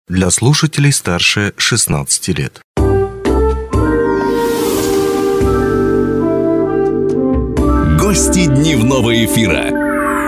Для слушателей старше 16 лет. Гости дневного эфира.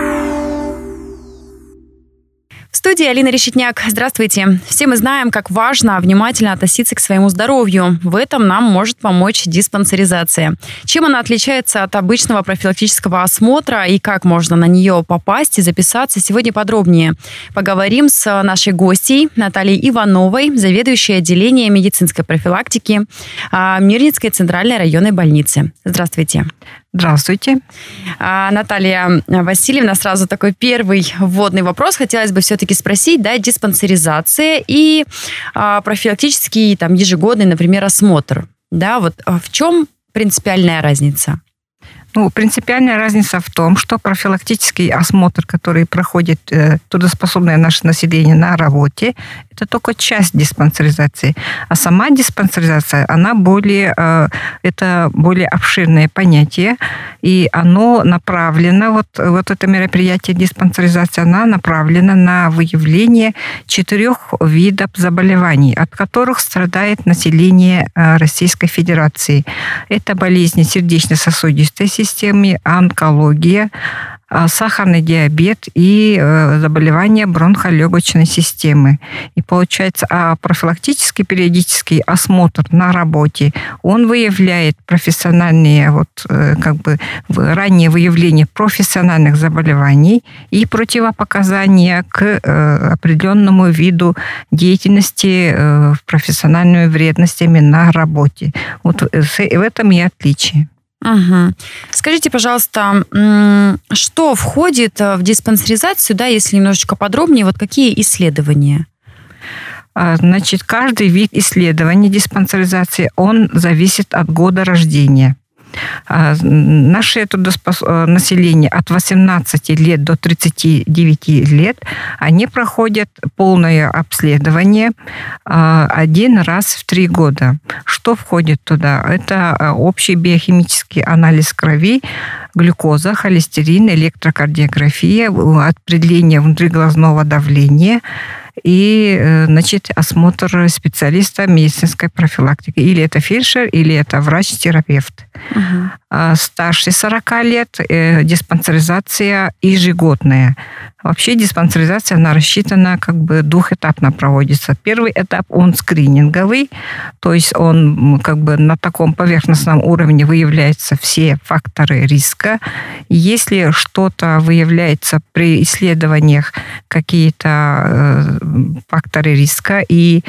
В студии Алина Решетняк. Здравствуйте. Все мы знаем, как важно внимательно относиться к своему здоровью. В этом нам может помочь диспансеризация. Чем она отличается от обычного профилактического осмотра и как можно на нее попасть и записаться, сегодня подробнее поговорим с нашей гостьей Натальей Ивановой, заведующей отделением медицинской профилактики Мирницкой центральной районной больницы. Здравствуйте. Здравствуйте. Наталья Васильевна, сразу такой первый вводный вопрос. Хотелось бы все-таки спросить, диспансеризация и профилактический ежегодный, например, осмотр. В чем принципиальная разница? Принципиальная разница в том, что профилактический осмотр, который проходит трудоспособное наше население на работе, это только часть диспансеризации. А сама диспансеризация, это более обширное понятие, и оно направлено, вот это мероприятие диспансеризации, она направлена на выявление 4 видов заболеваний, от которых страдает население Российской Федерации. Это болезни сердечно-сосудистой системы, онкология, сахарный диабет и заболевания бронхолегочной системы. И получается, профилактический периодический осмотр на работе, он выявляет профессиональные, раннее выявление профессиональных заболеваний и противопоказания к определенному виду деятельности, профессиональной вредностями на работе. В этом и отличие. Угу. Скажите, пожалуйста, что входит в диспансеризацию, если немножечко подробнее, какие исследования? Значит, каждый вид исследований диспансеризации, он зависит от года рождения. Наше население от 18 лет до 39 лет, они проходят полное обследование 1 раз в 3 года. Что входит туда? Это общий биохимический анализ крови, глюкоза, холестерин, электрокардиография, определение внутриглазного давления и, осмотр специалиста медицинской профилактики. Или это фельдшер, или это врач-терапевт. Угу. Старше 40 лет диспансеризация ежегодная. Вообще диспансеризация, она рассчитана двухэтапно проводится. Первый этап, он скрининговый, то есть он на таком поверхностном уровне выявляются все факторы риска. Если что-то выявляется при исследованиях, какие-то факторы риска и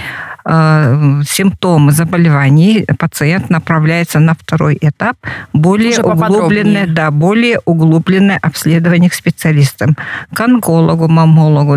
симптомы заболеваний, пациент направляется на второй этап, более углубленное обследование к специалистам, к онкологу, маммологу,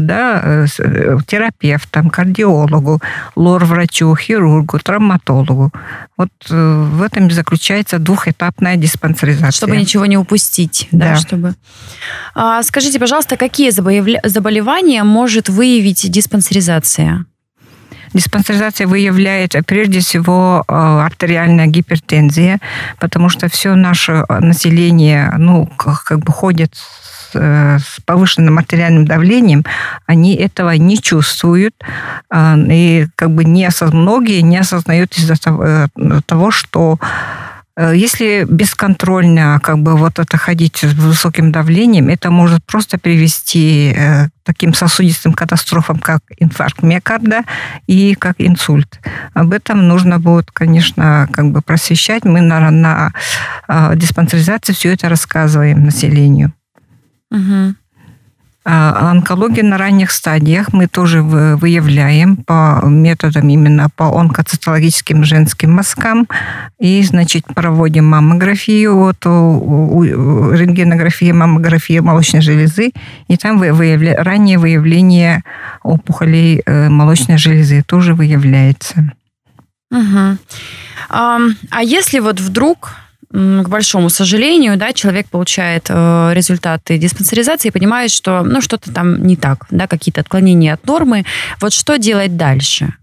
терапевтам, кардиологу, лор-врачу, хирургу, травматологу. В этом заключается двухэтапная диспансеризация. Чтобы ничего не упустить. Да. Скажите, пожалуйста, какие заболевания может выявить диспансеризация? Диспансеризация выявляет прежде всего артериальная гипертензия, потому что все наше население ходит с повышенным артериальным давлением, они этого не чувствуют, и многие не осознают из-за того, что если бесконтрольно это ходить с высоким давлением, это может просто привести к таким сосудистым катастрофам, как инфаркт миокарда и как инсульт. Об этом нужно будет, конечно, просвещать. Мы на диспансеризации все это рассказываем населению. Угу. Онкологию на ранних стадиях мы тоже выявляем по методам именно по онкоцитологическим женским мазкам. И, проводим маммографию, рентгенография, маммография молочной железы. И там раннее выявление опухолей молочной железы тоже выявляется. Угу. А если вдруг, к большому сожалению, человек получает результаты диспансеризации и понимает, что что-то там не так, какие-то отклонения от нормы. Что делать дальше?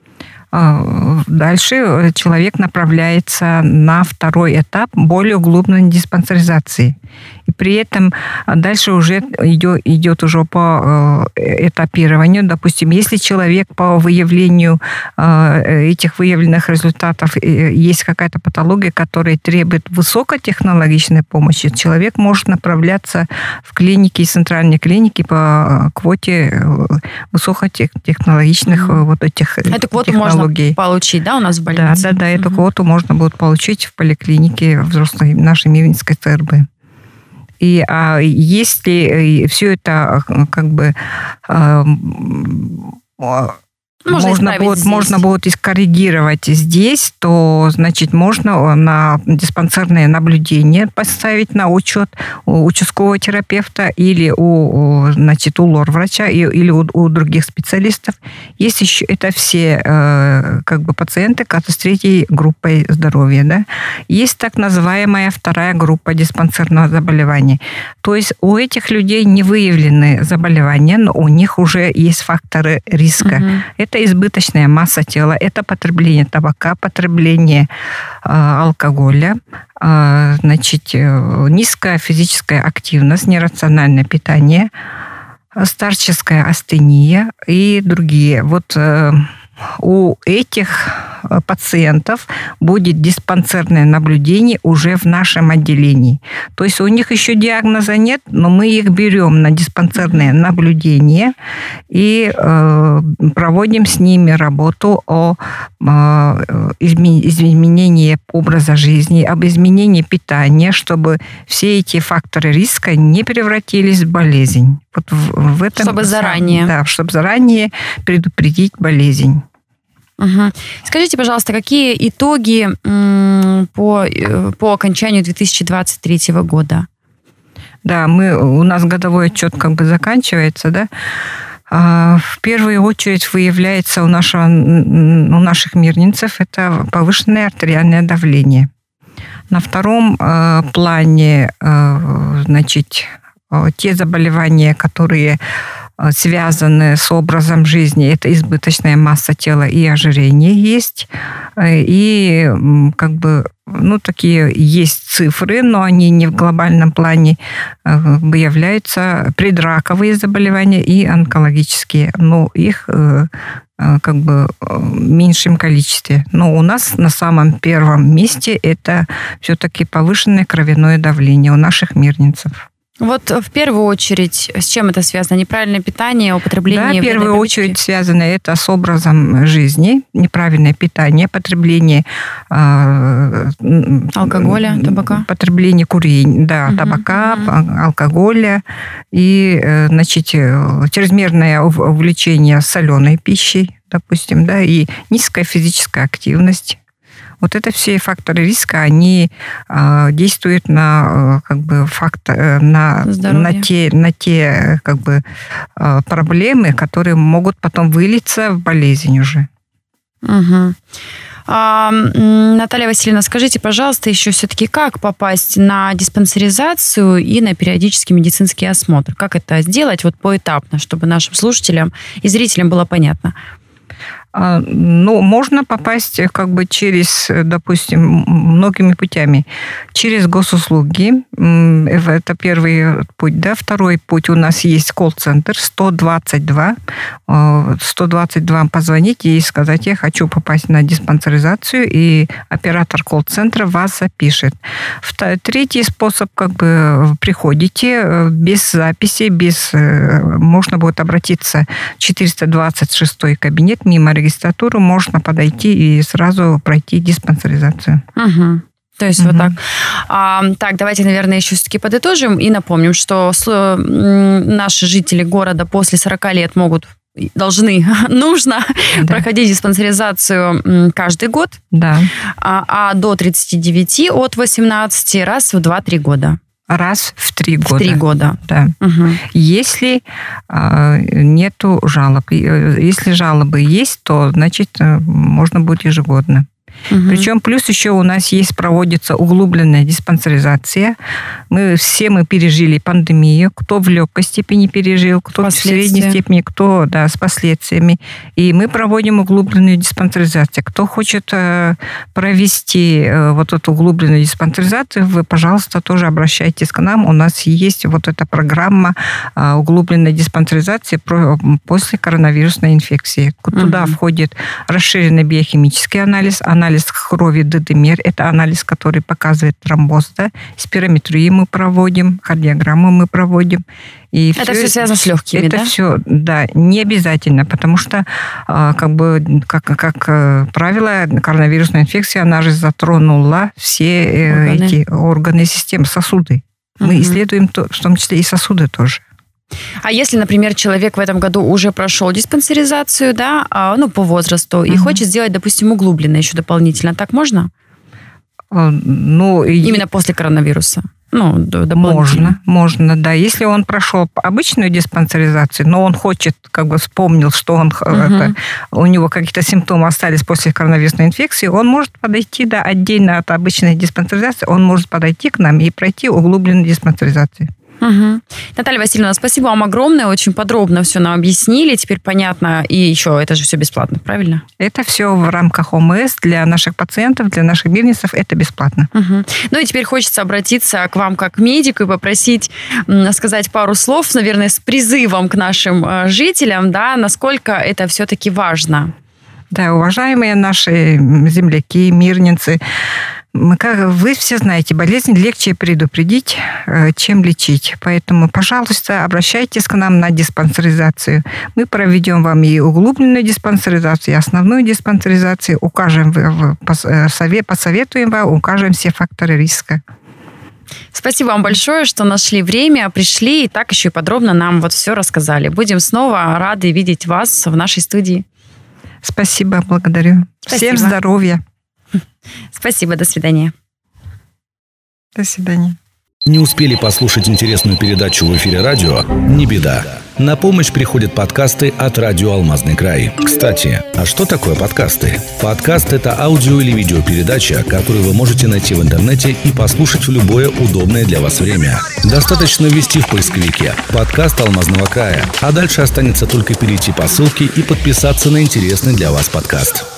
Дальше человек направляется на второй этап более углубленной диспансеризации. И при этом дальше уже идет уже по этапированию. Допустим, если человек по выявлению этих выявленных результатов есть какая-то патология, которая требует высокотехнологичной помощи, человек может направляться в клиники, центральные клиники по квоте высокотехнологичных вот этих эту квоту технологий. Можно получить, да, у нас в больнице? Да, эту квоту можно будет получить в поликлинике взрослой нашей Мирнинской ЦРБ. И если все это как бы можно будет искоррегировать здесь, то, значит, можно на диспансерное наблюдение поставить на учет у участкового терапевта или у лор-врача или у других специалистов. Есть еще это все как бы пациенты с третьей группой здоровья. Да? Есть так называемая вторая группа диспансерного заболевания. То есть у этих людей не выявлены заболевания, но у них уже есть факторы риска. Это избыточная масса тела, это потребление табака, потребление алкоголя, значит, низкая физическая активность, нерациональное питание, старческая астения и другие. Вот у этих пациентов будет диспансерное наблюдение уже в нашем отделении. То есть у них еще диагноза нет, но мы их берем на диспансерное наблюдение и проводим с ними работу о изменении образа жизни, об изменении питания, чтобы все эти факторы риска не превратились в болезнь. Вот в этом, чтобы заранее. Да, чтобы заранее предупредить болезнь. Угу. Скажите, пожалуйста, какие итоги по окончанию 2023 года? Да, у нас годовой отчет как бы заканчивается, да. В первую очередь выявляется у наших мирнинцев это повышенное артериальное давление. На втором плане, значит, те заболевания, которые связаны с образом жизни, это избыточная масса тела и ожирение есть. И как бы, такие есть цифры, но они не в глобальном плане, выявляются предраковые заболевания и онкологические. Но их как бы в меньшем количестве. Но у нас на самом первом месте это все-таки повышенное кровяное давление у наших мирнинцев. Вот в первую очередь, с чем это связано? Неправильное питание, употребление? Да, в первую очередь связано это с образом жизни, неправильное питание, потребление алкоголя, табака. Потребление курения, да, табака, алкоголя и, значит, чрезмерное увлечение соленой пищей, допустим, да, и низкая физическая активность. Вот это все факторы риска, они действуют на как бы на те как бы проблемы, которые могут потом вылиться в болезнь уже. Угу. Наталья Васильевна, скажите, пожалуйста, еще все-таки, как попасть на диспансеризацию и на периодический медицинский осмотр? Как это сделать вот поэтапно, чтобы нашим слушателям и зрителям было понятно? Можно попасть как бы через, допустим, многими путями. Через госуслуги. Это первый путь. Да? Второй путь у нас есть колл-центр 122. 122 позвонить и сказать, я хочу попасть на диспансеризацию, и оператор колл-центра вас запишет. Третий способ, как бы приходите без записи, можно будет обратиться в 426 кабинет мимо регистратуру, можно подойти и сразу пройти диспансеризацию. Угу. То есть вот так. Так, давайте, наверное, еще все-таки подытожим и напомним, что наши жители города после 40 лет нужно проходить диспансеризацию каждый год, а до 39 от 18 раз в 2-3 года. Раз в 3 года. В 3 года. Да. Угу. Если нету жалоб. Если жалобы есть, то, значит, можно будет ежегодно. Причем плюс еще у нас проводится углубленная диспансеризация. Мы пережили пандемию. Кто в легкой степени пережил, кто в средней степени, кто с последствиями. И мы проводим углубленную диспансеризацию. Кто хочет провести вот эту углубленную диспансеризацию, вы, пожалуйста, тоже обращайтесь к нам. У нас есть вот эта программа углубленной диспансеризации после коронавирусной инфекции. Туда входит расширенный биохимический анализ крови ДДМЕР. Это анализ, который показывает тромбоз. Спирометрию мы проводим, кардиограмму мы проводим. И это все связано с легкими, это все, не обязательно, потому что, как правило, коронавирусная инфекция, она же затронула все эти органы системы, сосуды. Мы исследуем в том числе и сосуды тоже. А если, например, человек в этом году уже прошел диспансеризацию, по возрасту, и хочет сделать, допустим, углубленно еще дополнительно, так можно? Именно после коронавируса? Можно, да. Если он прошел обычную диспансеризацию, но он хочет, вспомнил, что у него какие-то симптомы остались после коронавирусной инфекции, он может подойти, отдельно от обычной диспансеризации, он может подойти к нам и пройти углубленную диспансеризацию. Наталья Васильевна, спасибо вам огромное, очень подробно все нам объяснили, теперь понятно, и еще это же все бесплатно, правильно? Это все в рамках ОМС для наших пациентов, для наших бизнесов, это бесплатно. И теперь хочется обратиться к вам как к медику и попросить сказать пару слов, наверное, с призывом к нашим жителям, насколько это все-таки важно. Да, уважаемые наши земляки, мирнинцы, как вы все знаете, болезнь легче предупредить, чем лечить. Поэтому, пожалуйста, обращайтесь к нам на диспансеризацию. Мы проведем вам и углубленную диспансеризацию, и основную диспансеризацию. Посоветуем вам, укажем все факторы риска. Спасибо вам большое, что нашли время, пришли и так еще и подробно нам все рассказали. Будем снова рады видеть вас в нашей студии. Спасибо, благодарю. Всем здоровья. Спасибо, до свидания. До свидания. Не успели послушать интересную передачу в эфире радио? Не беда. На помощь приходят подкасты от радио «Алмазный край». Кстати, а что такое подкасты? Подкаст – это аудио- или видеопередача, которую вы можете найти в интернете и послушать в любое удобное для вас время. Достаточно ввести в поисковике «Подкаст Алмазного края», а дальше останется только перейти по ссылке и подписаться на интересный для вас подкаст.